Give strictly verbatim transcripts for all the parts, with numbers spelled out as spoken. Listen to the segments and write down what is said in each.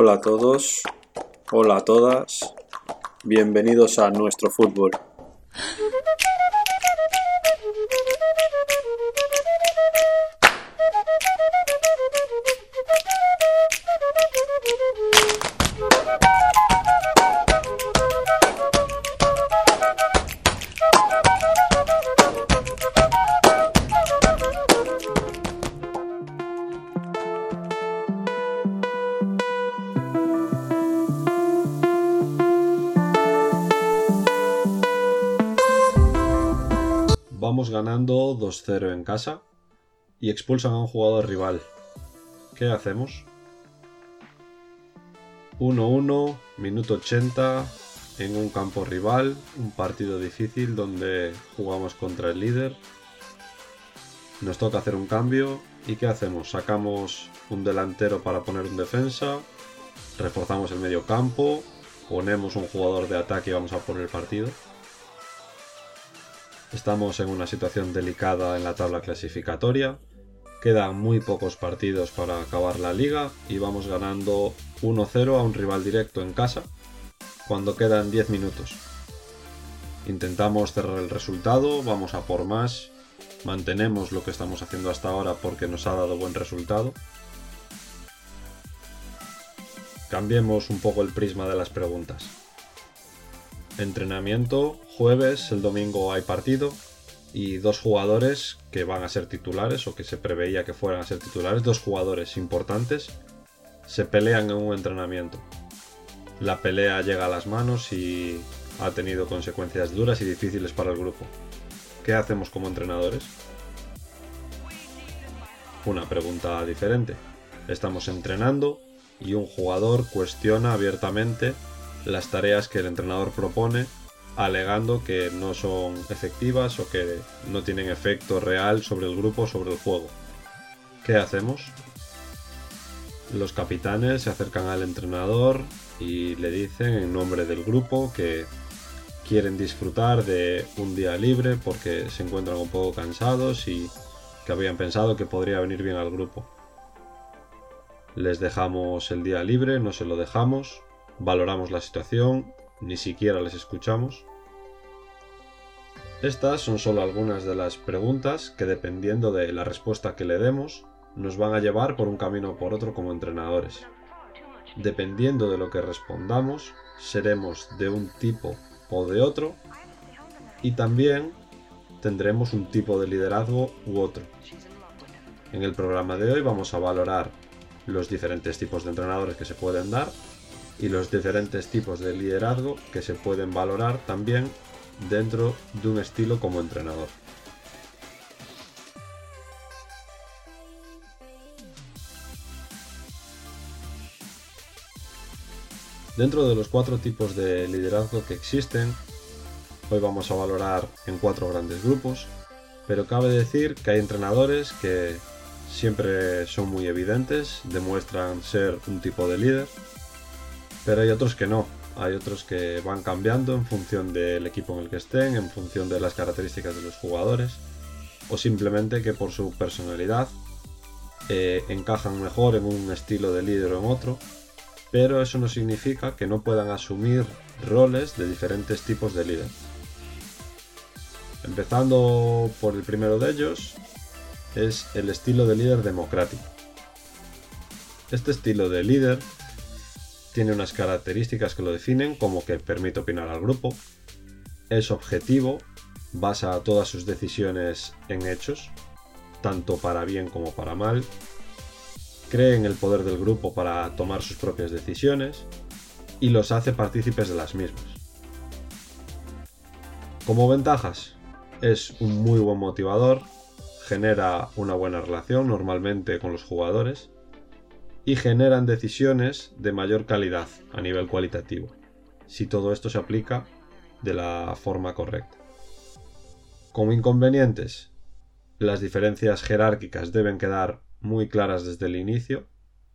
Hola a todos, hola a todas, bienvenidos a nuestro fútbol. Vamos ganando dos cero en casa y expulsan a un jugador rival. ¿Qué hacemos? uno uno, minuto ochenta, en un campo rival, un partido difícil donde jugamos contra el líder. Nos toca hacer un cambio y ¿qué hacemos? Sacamos un delantero para poner un defensa, reforzamos el medio campo, ponemos un jugador de ataque y vamos a por el partido. Estamos en una situación delicada en la tabla clasificatoria, quedan muy pocos partidos para acabar la liga y vamos ganando uno cero a un rival directo en casa cuando quedan diez minutos. Intentamos cerrar el resultado, vamos a por más, mantenemos lo que estamos haciendo hasta ahora porque nos ha dado buen resultado. Cambiemos un poco el prisma de las preguntas. Entrenamiento, jueves, el domingo hay partido y dos jugadores que van a ser titulares o que se preveía que fueran a ser titulares, dos jugadores importantes, se pelean en un entrenamiento. La pelea llega a las manos y ha tenido consecuencias duras y difíciles para el grupo. ¿Qué hacemos como entrenadores? Una pregunta diferente. Estamos entrenando y un jugador cuestiona abiertamente las tareas que el entrenador propone, alegando que no son efectivas o que no tienen efecto real sobre el grupo o sobre el juego. ¿Qué hacemos? Los capitanes se acercan al entrenador y le dicen en nombre del grupo que quieren disfrutar de un día libre porque se encuentran un poco cansados y que habían pensado que podría venir bien al grupo. Les dejamos el día libre, no se lo dejamos. Valoramos la situación, ni siquiera les escuchamos. Estas son solo algunas de las preguntas que, dependiendo de la respuesta que le demos, nos van a llevar por un camino o por otro como entrenadores. Dependiendo de lo que respondamos, seremos de un tipo o de otro y también tendremos un tipo de liderazgo u otro. En el programa de hoy vamos a valorar los diferentes tipos de entrenadores que se pueden dar y los diferentes tipos de liderazgo que se pueden valorar también dentro de un estilo como entrenador. Dentro de los cuatro tipos de liderazgo que existen, hoy vamos a valorar en cuatro grandes grupos, pero cabe decir que hay entrenadores que siempre son muy evidentes, demuestran ser un tipo de líder, pero hay otros que no, hay otros que van cambiando en función del equipo en el que estén, en función de las características de los jugadores, o simplemente que por su personalidad eh, encajan mejor en un estilo de líder o en otro, pero eso no significa que no puedan asumir roles de diferentes tipos de líder. Empezando por el primero de ellos, es el estilo de líder democrático. Este estilo de líder tiene unas características que lo definen, como que permite opinar al grupo, es objetivo, basa todas sus decisiones en hechos, tanto para bien como para mal, cree en el poder del grupo para tomar sus propias decisiones y los hace partícipes de las mismas. Como ventajas, es un muy buen motivador, genera una buena relación normalmente con los jugadores y generan decisiones de mayor calidad a nivel cualitativo, si todo esto se aplica de la forma correcta. Como inconvenientes, las diferencias jerárquicas deben quedar muy claras desde el inicio.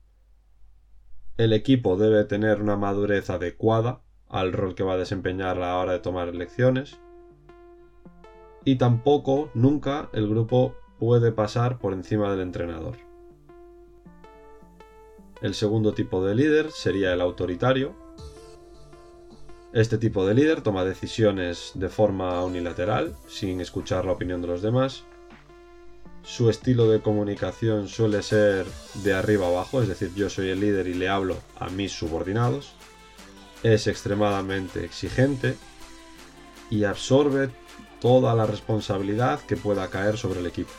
El equipo debe tener una madurez adecuada al rol que va a desempeñar a la hora de tomar elecciones. Y tampoco, nunca, el grupo puede pasar por encima del entrenador. El segundo tipo de líder sería el autoritario. Este tipo de líder toma decisiones de forma unilateral, sin escuchar la opinión de los demás. Su estilo de comunicación suele ser de arriba abajo, es decir, yo soy el líder y le hablo a mis subordinados. Es extremadamente exigente y absorbe toda la responsabilidad que pueda caer sobre el equipo.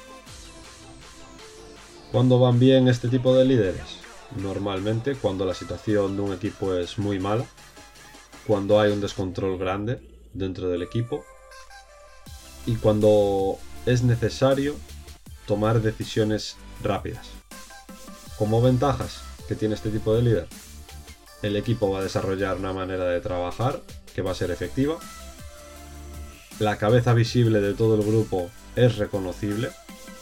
¿Cuándo van bien este tipo de líderes? Normalmente cuando la situación de un equipo es muy mala, cuando hay un descontrol grande dentro del equipo y cuando es necesario tomar decisiones rápidas. Como ventajas que tiene este tipo de líder, el equipo va a desarrollar una manera de trabajar que va a ser efectiva, la cabeza visible de todo el grupo es reconocible,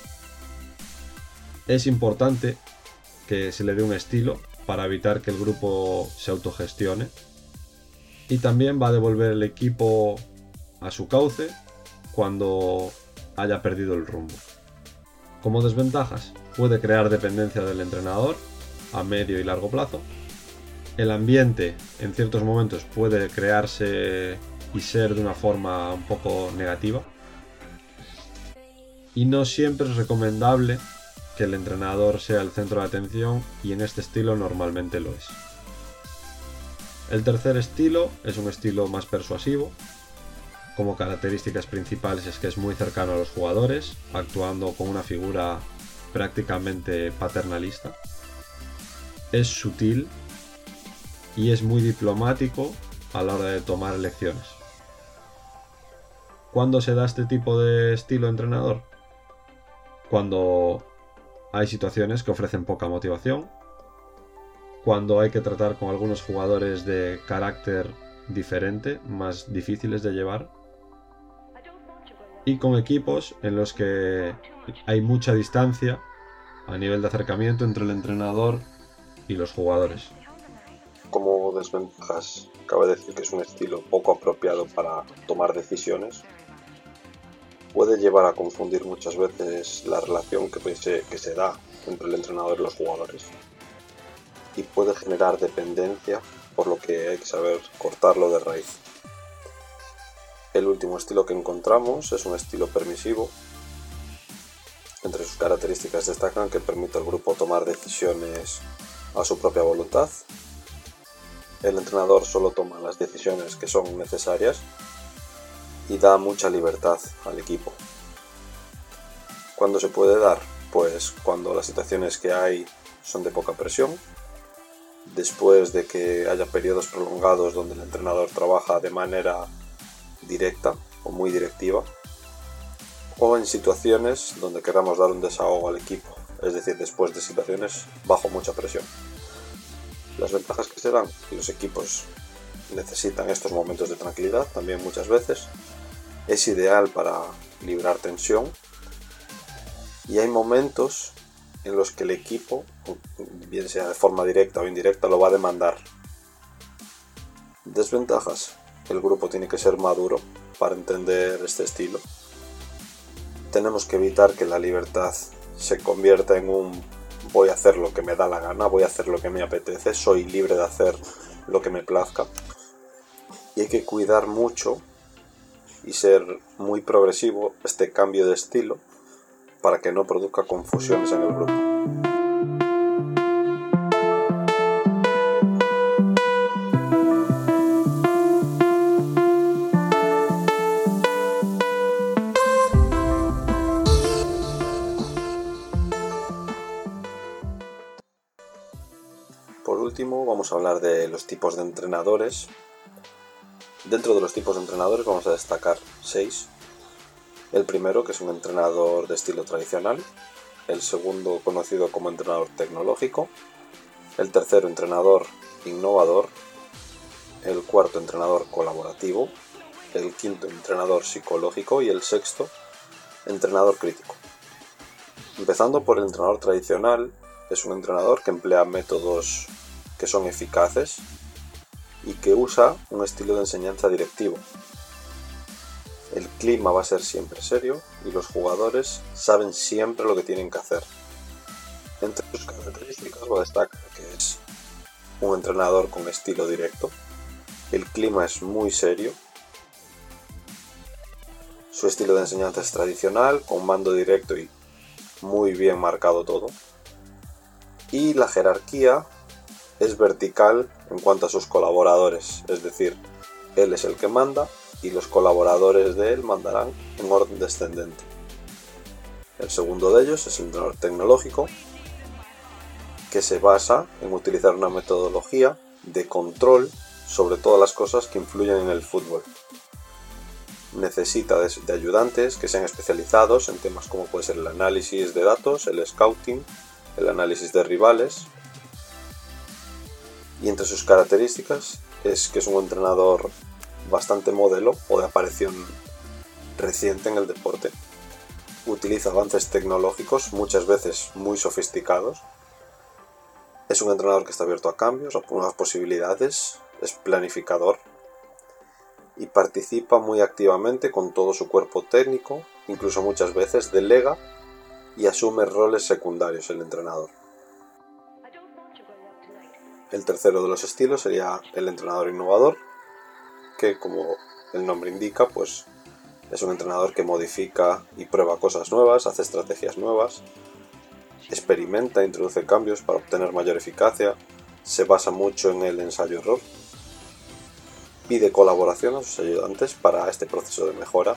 es importante que se le dé un estilo para evitar que el grupo se autogestione y también va a devolver el equipo a su cauce cuando haya perdido el rumbo. Como desventajas, puede crear dependencia del entrenador a medio y largo plazo. El ambiente en ciertos momentos puede crearse y ser de una forma un poco negativa. Y no siempre es recomendable que el entrenador sea el centro de atención y en este estilo normalmente lo es. El tercer estilo es un estilo más persuasivo. Como características principales es que es muy cercano a los jugadores, actuando con una figura prácticamente paternalista. Es sutil y es muy diplomático a la hora de tomar elecciones. ¿Cuándo se da este tipo de estilo entrenador? Cuando hay situaciones que ofrecen poca motivación, cuando hay que tratar con algunos jugadores de carácter diferente, más difíciles de llevar, y con equipos en los que hay mucha distancia a nivel de acercamiento entre el entrenador y los jugadores. Como desventajas, cabe decir que es un estilo poco apropiado para tomar decisiones. Puede llevar a confundir muchas veces la relación que se, que se da entre el entrenador y los jugadores. Y puede generar dependencia, por lo que hay que saber cortarlo de raíz. El último estilo que encontramos es un estilo permisivo. Entre sus características destacan que permite al grupo tomar decisiones a su propia voluntad. El entrenador solo toma las decisiones que son necesarias y da mucha libertad al equipo. ¿Cuándo se puede dar? Pues cuando las situaciones que hay son de poca presión, después de que haya periodos prolongados donde el entrenador trabaja de manera directa o muy directiva, o en situaciones donde queramos dar un desahogo al equipo, es decir, después de situaciones bajo mucha presión. Las ventajas que se dan, los equipos necesitan estos momentos de tranquilidad también muchas veces, es ideal para librar tensión y hay momentos en los que el equipo, bien sea de forma directa o indirecta, lo va a demandar. Desventajas, el grupo tiene que ser maduro para entender este estilo. Tenemos que evitar que la libertad se convierta en un voy a hacer lo que me da la gana, voy a hacer lo que me apetece, soy libre de hacer lo que me plazca. Y hay que cuidar mucho y ser muy progresivo este cambio de estilo para que no produzca confusiones en el grupo. Por último, vamos a hablar de los tipos de entrenadores. Dentro de los tipos de entrenadores vamos a destacar seis. El primero, que es un entrenador de estilo tradicional. El segundo, conocido como entrenador tecnológico. El tercero, entrenador innovador. El cuarto, entrenador colaborativo. El quinto, entrenador psicológico. Y el sexto, entrenador crítico. Empezando por el entrenador tradicional, es un entrenador que emplea métodos que son eficaces y que usa un estilo de enseñanza directivo. El clima va a ser siempre serio y los jugadores saben siempre lo que tienen que hacer. Entre sus características lo destaca que es un entrenador con estilo directo, el clima es muy serio, su estilo de enseñanza es tradicional, con mando directo y muy bien marcado todo, y la jerarquía es vertical en cuanto a sus colaboradores, es decir, él es el que manda y los colaboradores de él mandarán en orden descendente. El segundo de ellos es el entrenador tecnológico, que se basa en utilizar una metodología de control sobre todas las cosas que influyen en el fútbol. Necesita de, de ayudantes que sean especializados en temas como puede ser el análisis de datos, el scouting, el análisis de rivales. Y entre sus características es que es un entrenador bastante modelo o de aparición reciente en el deporte. Utiliza avances tecnológicos, muchas veces muy sofisticados. Es un entrenador que está abierto a cambios, a nuevas posibilidades, es planificador y participa muy activamente con todo su cuerpo técnico, incluso muchas veces delega y asume roles secundarios el entrenador. El tercero de los estilos sería el entrenador innovador, que como el nombre indica, pues es un entrenador que modifica y prueba cosas nuevas, hace estrategias nuevas, experimenta, introduce cambios para obtener mayor eficacia, se basa mucho en el ensayo-error, pide colaboración a sus ayudantes para este proceso de mejora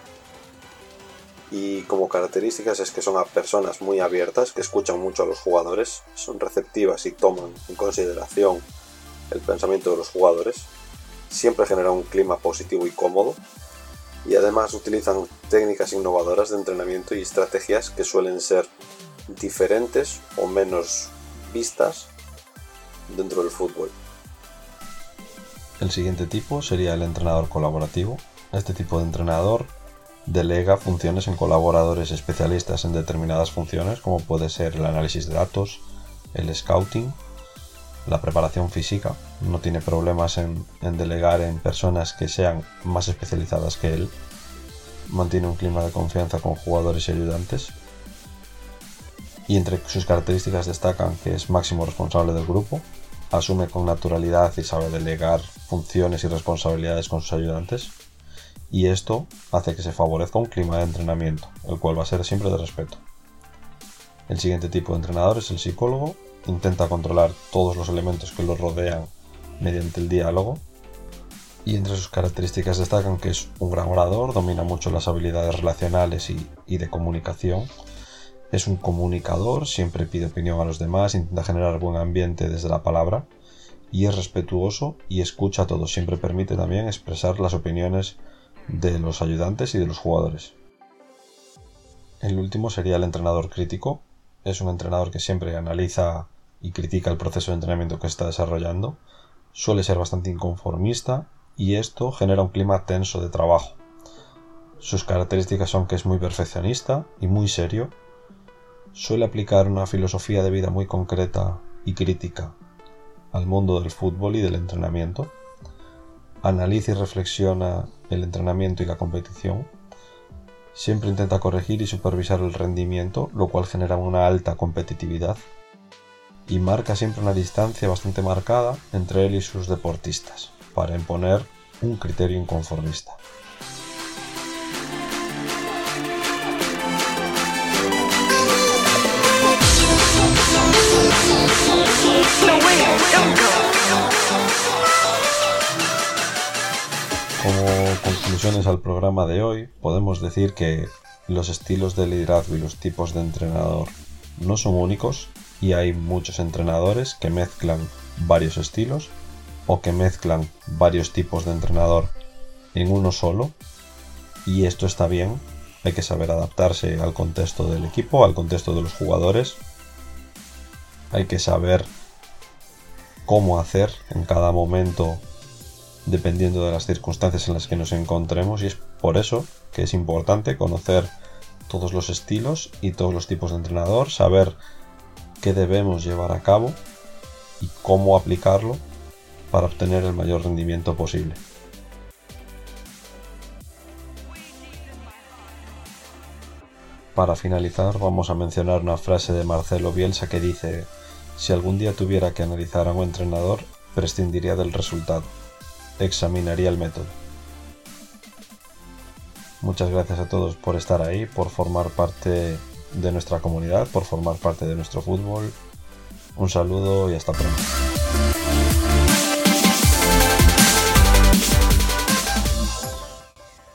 y como características es que son a personas muy abiertas, que escuchan mucho a los jugadores, son receptivas y toman en consideración el pensamiento de los jugadores, siempre generan un clima positivo y cómodo y además utilizan técnicas innovadoras de entrenamiento y estrategias que suelen ser diferentes o menos vistas dentro del fútbol. El siguiente tipo sería el entrenador colaborativo. Este tipo de entrenador delega funciones en colaboradores especialistas en determinadas funciones, como puede ser el análisis de datos, el scouting, la preparación física. No tiene problemas en, en delegar en personas que sean más especializadas que él. Mantiene un clima de confianza con jugadores y ayudantes. Y entre sus características destacan que es máximo responsable del grupo, asume con naturalidad y sabe delegar funciones y responsabilidades con sus ayudantes, y esto hace que se favorezca un clima de entrenamiento, el cual va a ser siempre de respeto. El siguiente tipo de entrenador es el psicólogo, intenta controlar todos los elementos que lo rodean mediante el diálogo, y entre sus características destacan que es un gran orador, domina mucho las habilidades relacionales y, y de comunicación. Es un comunicador, siempre pide opinión a los demás, intenta generar buen ambiente desde la palabra y es respetuoso y escucha a todos. Siempre permite también expresar las opiniones de los ayudantes y de los jugadores. El último sería el entrenador crítico. Es un entrenador que siempre analiza y critica el proceso de entrenamiento que está desarrollando. Suele ser bastante inconformista y esto genera un clima tenso de trabajo. Sus características son que es muy perfeccionista y muy serio. Suele aplicar una filosofía de vida muy concreta y crítica al mundo del fútbol y del entrenamiento. Analiza y reflexiona el entrenamiento y la competición. Siempre intenta corregir y supervisar el rendimiento, lo cual genera una alta competitividad. Y marca siempre una distancia bastante marcada entre él y sus deportistas, para imponer un criterio inconformista. Como conclusiones al programa de hoy, podemos decir que los estilos de liderazgo y los tipos de entrenador no son únicos y hay muchos entrenadores que mezclan varios estilos o que mezclan varios tipos de entrenador en uno solo, y esto está bien. Hay que saber adaptarse al contexto del equipo, al contexto de los jugadores. Hay que saber cómo hacer en cada momento dependiendo de las circunstancias en las que nos encontremos, y es por eso que es importante conocer todos los estilos y todos los tipos de entrenador, saber qué debemos llevar a cabo y cómo aplicarlo para obtener el mayor rendimiento posible. Para finalizar, vamos a mencionar una frase de Marcelo Bielsa que dice: si algún día tuviera que analizar a un entrenador, prescindiría del resultado, examinaría el método. Muchas gracias a todos por estar ahí, por formar parte de nuestra comunidad, por formar parte de nuestro fútbol. Un saludo y hasta pronto.